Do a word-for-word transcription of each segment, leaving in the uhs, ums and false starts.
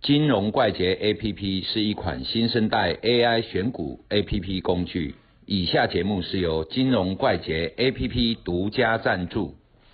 金融怪杰 A P P 是一款新生代 A I 选股 A P P 工具。以下节目是由金融怪杰 A P P 独家赞助。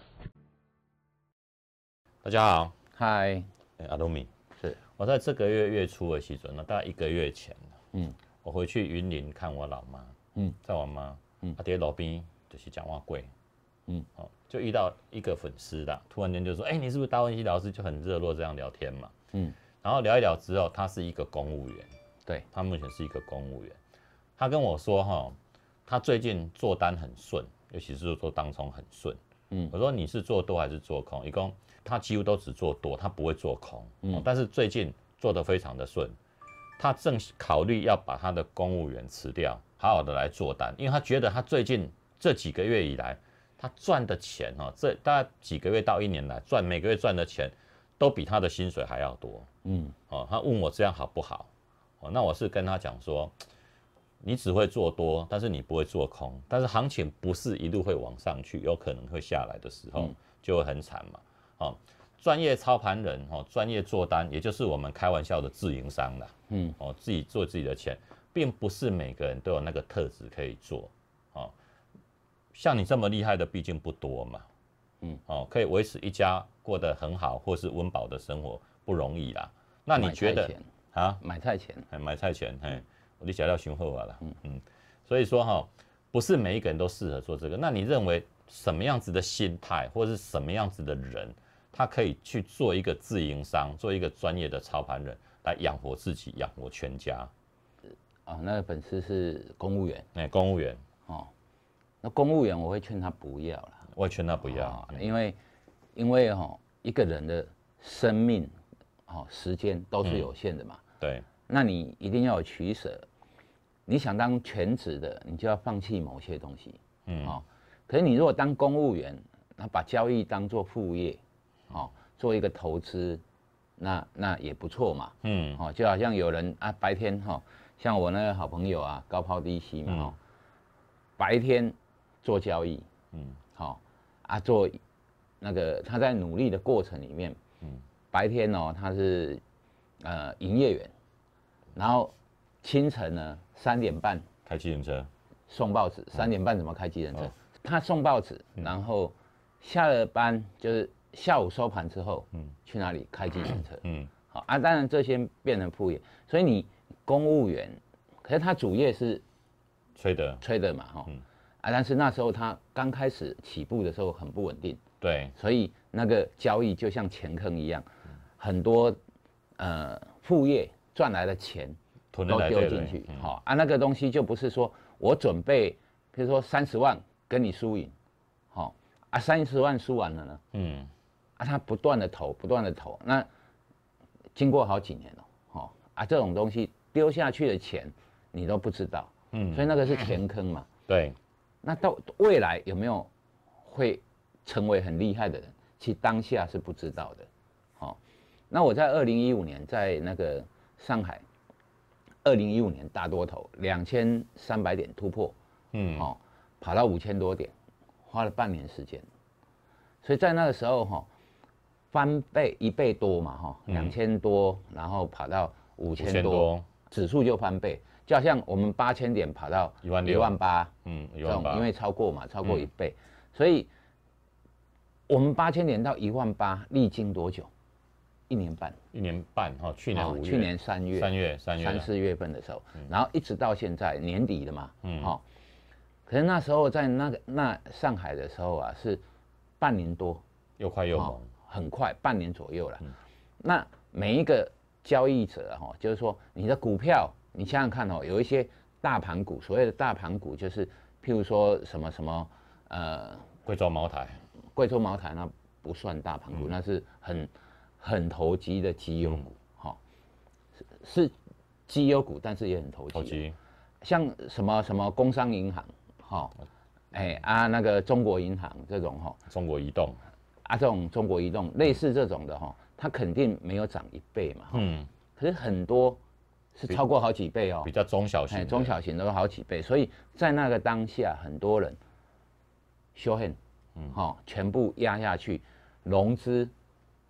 大家好， 嗨， 阿东米， 是我在这个月月初的时阵呢，大概一个月前， 嗯， 我回去云林看我老妈， 嗯， 在我妈，嗯，啊，在路边就是讲话贵， 嗯， 哦，就遇到一个粉丝啦，突然间就说，哎、欸，你是不是达文西老师？就很热络这样聊天嘛， 嗯， 然后聊一聊之后，他是一个公务员， 对， 他目前是一个公务员，他跟我说哈，他最近做单很顺，尤其是做当冲很顺。嗯，我说你是做多还是做空？一共他几乎都只做多，他不会做空。嗯，但是最近做得非常的顺，他正考虑要把他的公务员辞掉，好好的来做单，因为他觉得他最近这几个月以来，他赚的钱哈，这大概几个月到一年来赚每个月赚的钱，都比他的薪水还要多。嗯，哦，他问我这样好不好？哦，那我是跟他讲说，你只会做多，但是你不会做空，但是行情不是一路会往上去，有可能会下来的时候，就会很惨嘛。哦，专业操盘人，哦，专业做单，也就是我们开玩笑的自营商啦。嗯，哦，自己做自己的钱，并不是每个人都有那个特质可以做。哦，像你这么厉害的，毕竟不多嘛。嗯，哦，可以维持一家过得很好或是温饱的生活不容易啦。那你觉得啊？ 买菜钱， 买菜钱，嘿。我的材料雄厚啊了，嗯嗯，所以说哈，不是每一个人都适合做这个。那你认为什么样子的心态，或者是什么样子的人，他可以去做一个自营商，做一个专业的操盘人，来养活自己，养活全家？ 哦，那个粉丝是公务员， 哎、欸，公务员哦，那公务员我会劝他不要啦， 我会劝他不要， 哦、因为因为哈、哦、一个人的生命，哦时间都是有限的嘛， 嗯、对。 那你一定要有取舍，你想当全职的，你就要放弃某些东西，嗯，哦，可是你如果当公务员，那把交易当做副业，哦，做一个投资，那那也不错嘛，嗯，哦，就好像有人啊，白天哈、哦，像我那个好朋友啊，高抛低吸嘛，哦，嗯、白天做交易，嗯，好、哦，啊做那个他在努力的过程里面，嗯，白天哦他是呃营业员。然后清晨呢，三点半开计程车送报纸。三点半怎么开计程车？哦、他送报纸，嗯、然后下了班就是下午收盘之后，嗯，去哪里开计程车？嗯，好啊，当然这些变成副业。所以你公务员，可是他主业是吹的， 吹的嘛，哈、嗯，啊，但是那时候他刚开始起步的时候很不稳定， 对， 所以那个交易就像钱坑一样，嗯、很多呃副业。赚来的钱都丢进去，好、嗯、啊，那个东西就不是说我准备，比如说三十万跟你输赢，好、哦、啊，三十万输完了呢，嗯，啊，他不断的投，不断的投，那经过好几年了，好、哦、啊，这种东西丢下去的钱你都不知道，嗯，所以那个是钱坑嘛， 对， 那到未来有没有会成为很厉害的人，其实当下是不知道的，好、哦，那我在二零一五年在那个。上海，二零一五年大多头两千三百点突破，嗯，哦，跑到五千多点，花了半年时间，所以在那个时候哈、哦，翻倍一倍多嘛哈，两千多，然后跑到五千多，指数就翻倍，就好像我们八千点跑到一万一万八，嗯，一万八，因为超过嘛，超过一倍，嗯、所以我们八千点到一万八，历经多久？一年半， 一年半哈，去年五月、哦， 去年三月、 三月、三月、 三四月份的时候，嗯、然后一直到现在年底了嘛，嗯，好、哦，可是那时候在那个那上海的时候啊，是半年多， 又快又猛、哦， 很快，半年左右了。嗯、那每一个交易者哈、哦，就是说你的股票，你想想看哦，有一些大盘股，所谓的大盘股就是譬如说什么什么呃， 贵州茅台， 贵州茅台那不算大盘股，嗯、那是很。很投机的绩优股，哈、嗯，是绩优股，但是也很投机。投机，像什么什么工商银行，哈，哎啊那个中国银行这种哈， 中国移动啊这种中国移动类似这种的哈，它肯定没有涨一倍嘛，嗯，可是很多是超过好几倍哦， 比较中小型， 中小型都有好几倍，所以在那个当下，很多人修恨，嗯，哈，全部压下去，融资。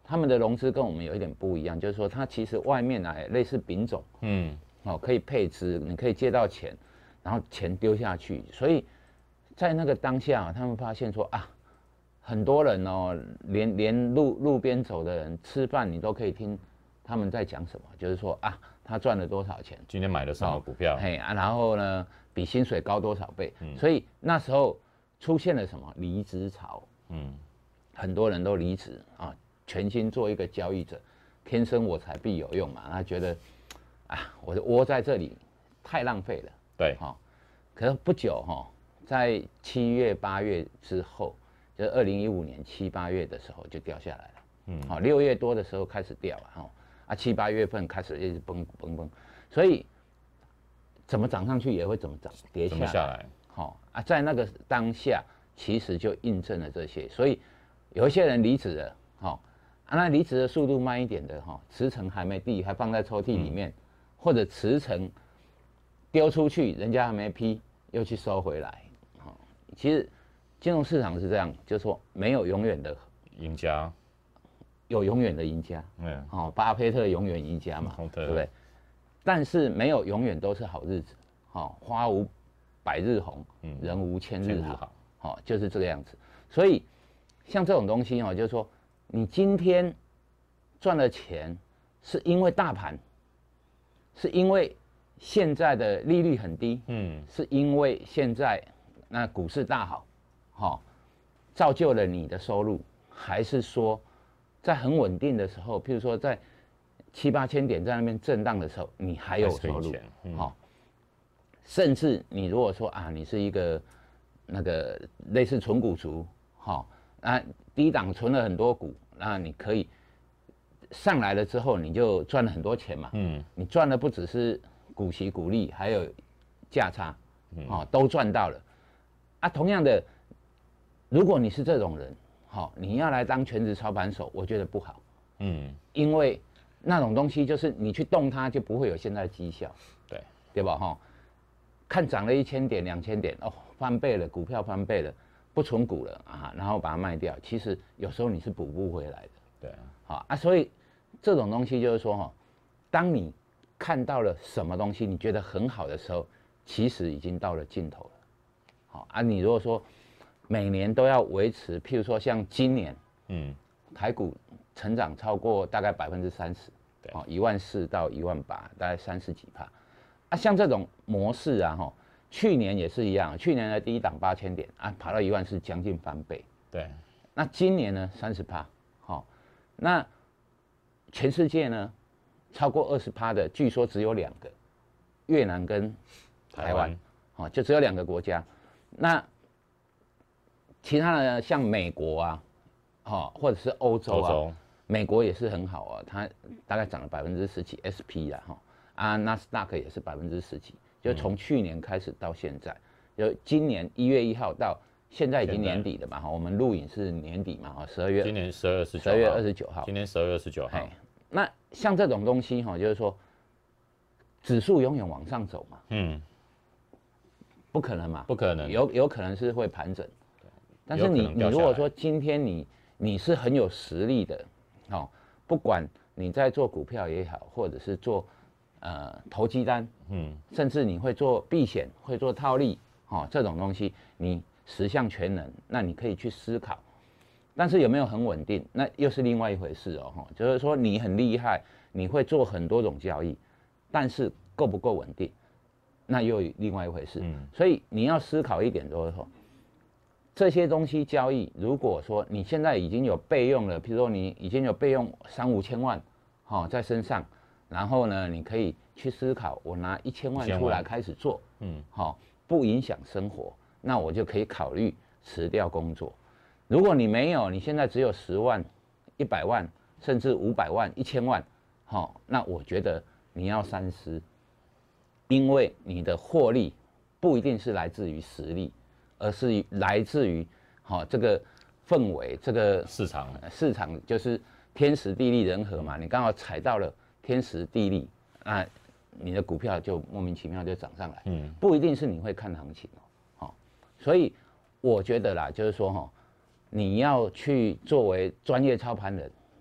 他们的融资跟我们有一点不一样，就是说它其实外面啊类似丙种，嗯，哦可以配资，你可以借到钱，然后钱丢下去，所以在那个当下、啊，他们发现说啊，很多人哦，连连路路边走的人吃饭，你都可以听他们在讲什么，就是说啊，他赚了多少钱， 今天买了什么股票， 嘿啊，然后呢比薪水高多少倍，嗯、所以那时候出现了什么离职潮，嗯，很多人都离职啊。全心做一个交易者，天生我材必有用嘛。他觉得，啊，我窝在这里太浪费了。 对， 哈、哦。可是不久哈、哦，在七月八月之后，就是二零一五年七八月的时候就掉下来了。嗯，好、哦，六月多的时候开始掉了哈、哦，啊七八月份开始一直崩崩崩，所以怎么涨上去也会怎么涨跌下来。 下来。 好、哦、啊，在那个当下，其实就印证了这些，所以有一些人离职了，哈、哦。啊，那离职的速度慢一点的哈，辞呈还没递，还放在抽屉里面，嗯、或者辞呈丢出去，人家还没批，又去收回来。哈，其实金融市场是这样，就是说没有永远的赢家， 有永远的赢家。嗯，哦，巴菲特永远赢家嘛， 嗯、 对不对？但是没有永远都是好日子。好，花无百日红，嗯、人无千日好。好，就是这个样子。所以像这种东西哦，就是说。你今天赚了钱，是因为大盘，是因为现在的利率很低，嗯，是因为现在那股市大好，好、哦，造就了你的收入，还是说在很稳定的时候，譬如说在七八千点在那边震荡的时候，你还有收入，好、嗯哦，甚至你如果说啊，你是一个那个类似纯股族，好、哦。啊，低档存了很多股，那你可以上来了之后，你就赚了很多钱嘛。嗯，你赚的不只是股息股利，还有价差，嗯、哦，都赚到了。啊，同样的，如果你是这种人，好、哦，你要来当全职操盘手，我觉得不好。嗯，因为那种东西就是你去动它，就不会有现在绩效。 对， 对吧？哈、哦，看涨了一千点、两千点，哦，翻倍了，股票翻倍了。不存股了啊，然后把它卖掉，其实有时候你是补不回来的。 对啊， 好啊，所以这种东西就是说哈，当你看到了什么东西你觉得很好的时候，其实已经到了尽头了。好啊，你如果说每年都要维持，譬如说像今年，嗯，台股成长超过大概百分之三十，对，哦，一万四到一万八，大概三十几趴。啊，像这种模式啊，哈。去年也是一样，去年的第一档八千点啊，跑到一万是将近翻倍。 对， 那今年呢三十趴，好，那全世界呢超过二十趴的，据说只有两个，越南跟台湾，好，就只有两个国家。那其他的像美国啊，好，或者是欧洲啊，洲美国也是很好啊，它大概涨了百分之十几 ，S P 啦，哈，啊，纳斯达克也是百分之十几。就从去年开始到现在，就今年一月一号到现在已经年底了嘛，哈，我们录影是年底嘛，哈，十二月， 今年十二月十九， 十二月二十九号， 今年十二月十九号。 那像这种东西哈，就是说，指数永远往上走嘛，嗯，不可能嘛， 不可能， 有有可能是会盘整，但是你你如果说今天你你是很有实力的，哦，不管你在做股票也好，或者是做呃投机单，嗯，甚至你会做避险，会做套利，哦，这种东西你十项全能，那你可以去思考。但是有没有很稳定，那又是另外一回事哦。就是说你很厉害，你会做很多种交易，但是够不够稳定，那又另外一回事。嗯，所以你要思考一点，就是说这些东西交易，如果说你现在已经有备用了，譬如说你已经有备用三五千万，好、哦、在身上，然后呢，你可以去思考，我拿一千万出来开始做，嗯，好、哦，不影响生活，那我就可以考虑辞掉工作。如果你没有，你现在只有十万、一百万，甚至五百万、一千万，好、哦，那我觉得你要三思，因为你的获利不一定是来自于实力，而是来自于好、哦、这个氛围，这个市场， 市场就是天时地利人和嘛，你刚好踩到了天时地利，那你的股票就莫名其妙就涨上来，嗯，不一定是你会看行情哦，好、哦，所以我觉得啦，就是说哈。你要去作为专业操盘人，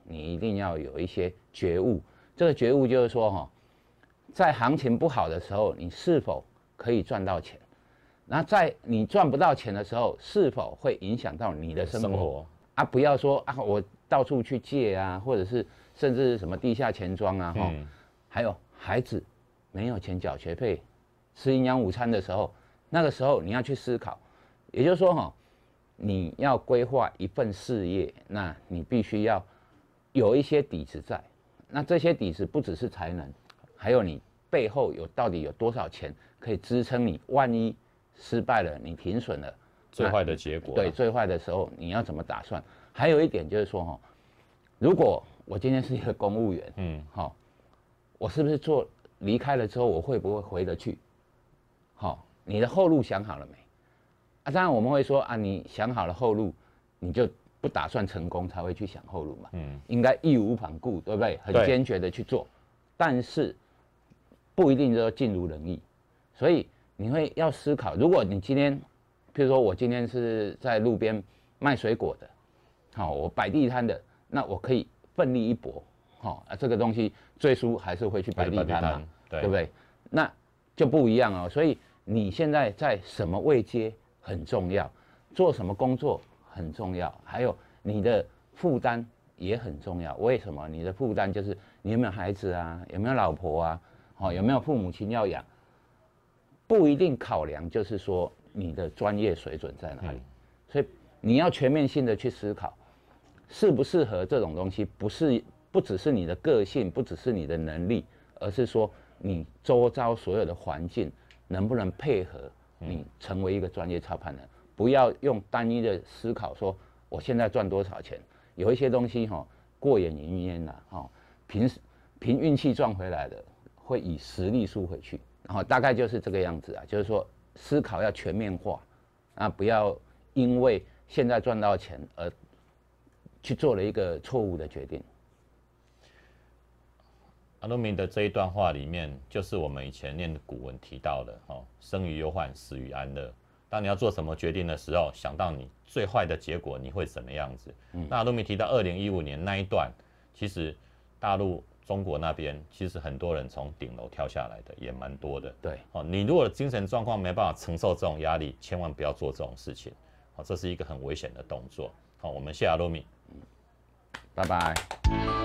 你一定要有一些觉悟。这个觉悟就是说哈，在行情不好的时候，你是否可以赚到钱？那在你赚不到钱的时候，是否会影响到你的生活？生活啊，不要说啊，我到处去借啊，或者是甚至什么地下钱庄啊，哈、嗯，还有孩子没有钱缴学费，吃营养午餐的时候，那个时候你要去思考，也就是说哈。你要规划一份事业，那你必须要有一些底子在。那这些底子不只是才能，还有你背后有到底有多少钱可以支撑你。万一失败了，你停损了， 最坏的结果。 对，最坏的时候你要怎么打算？还有一点就是说哈，如果我今天是一个公务员，嗯，好，我是不是做离开了之后，我会不会回得去？好，你的后路想好了没？啊，当然我们会说啊，你想好了后路，你就不打算成功才会去想后路嘛。嗯，应该义无反顾，对不对？很坚决的去做，但是不一定就尽如人意，所以你会要思考，如果你今天，譬如说我今天是在路边卖水果的，好，我摆地摊的，那我可以奋力一搏，好啊，这个东西最初还是会去摆地摊嘛，对不对？那就不一样哦。所以你现在在什么位阶？很重要，做什么工作很重要，还有你的负担也很重要。为什么？你的负担就是你有没有孩子啊，有没有老婆啊，哦，有没有父母亲要养，不一定考量就是说你的专业水准在哪里。所以你要全面性的去思考，适不适合这种东西，不是不只是你的个性，不只是你的能力，而是说你周遭所有的环境能不能配合。你成为一个专业操盘人，不要用单一的思考说我现在赚多少钱。有一些东西哈、哦、过眼云烟呐，哈，凭凭运气赚回来的，会以实力输回去。然后大概就是这个样子啊，就是说思考要全面化，啊，不要因为现在赚到钱而去做了一个错误的决定。 阿鲁米的这一段话里面，就是我们以前念的古文提到的哦，生于忧患，死于安乐。当你要做什么决定的时候，想到你最坏的结果，你会什么样子？嗯、那阿鲁米提到二零一五年那一段，其实大陆中国那边其实很多人从顶楼跳下来的也蛮多的。 对， 哦，你如果精神状况没办法承受这种压力，千万不要做这种事情。哦，这是一个很危险的动作。好，我们谢谢阿鲁米， 拜拜。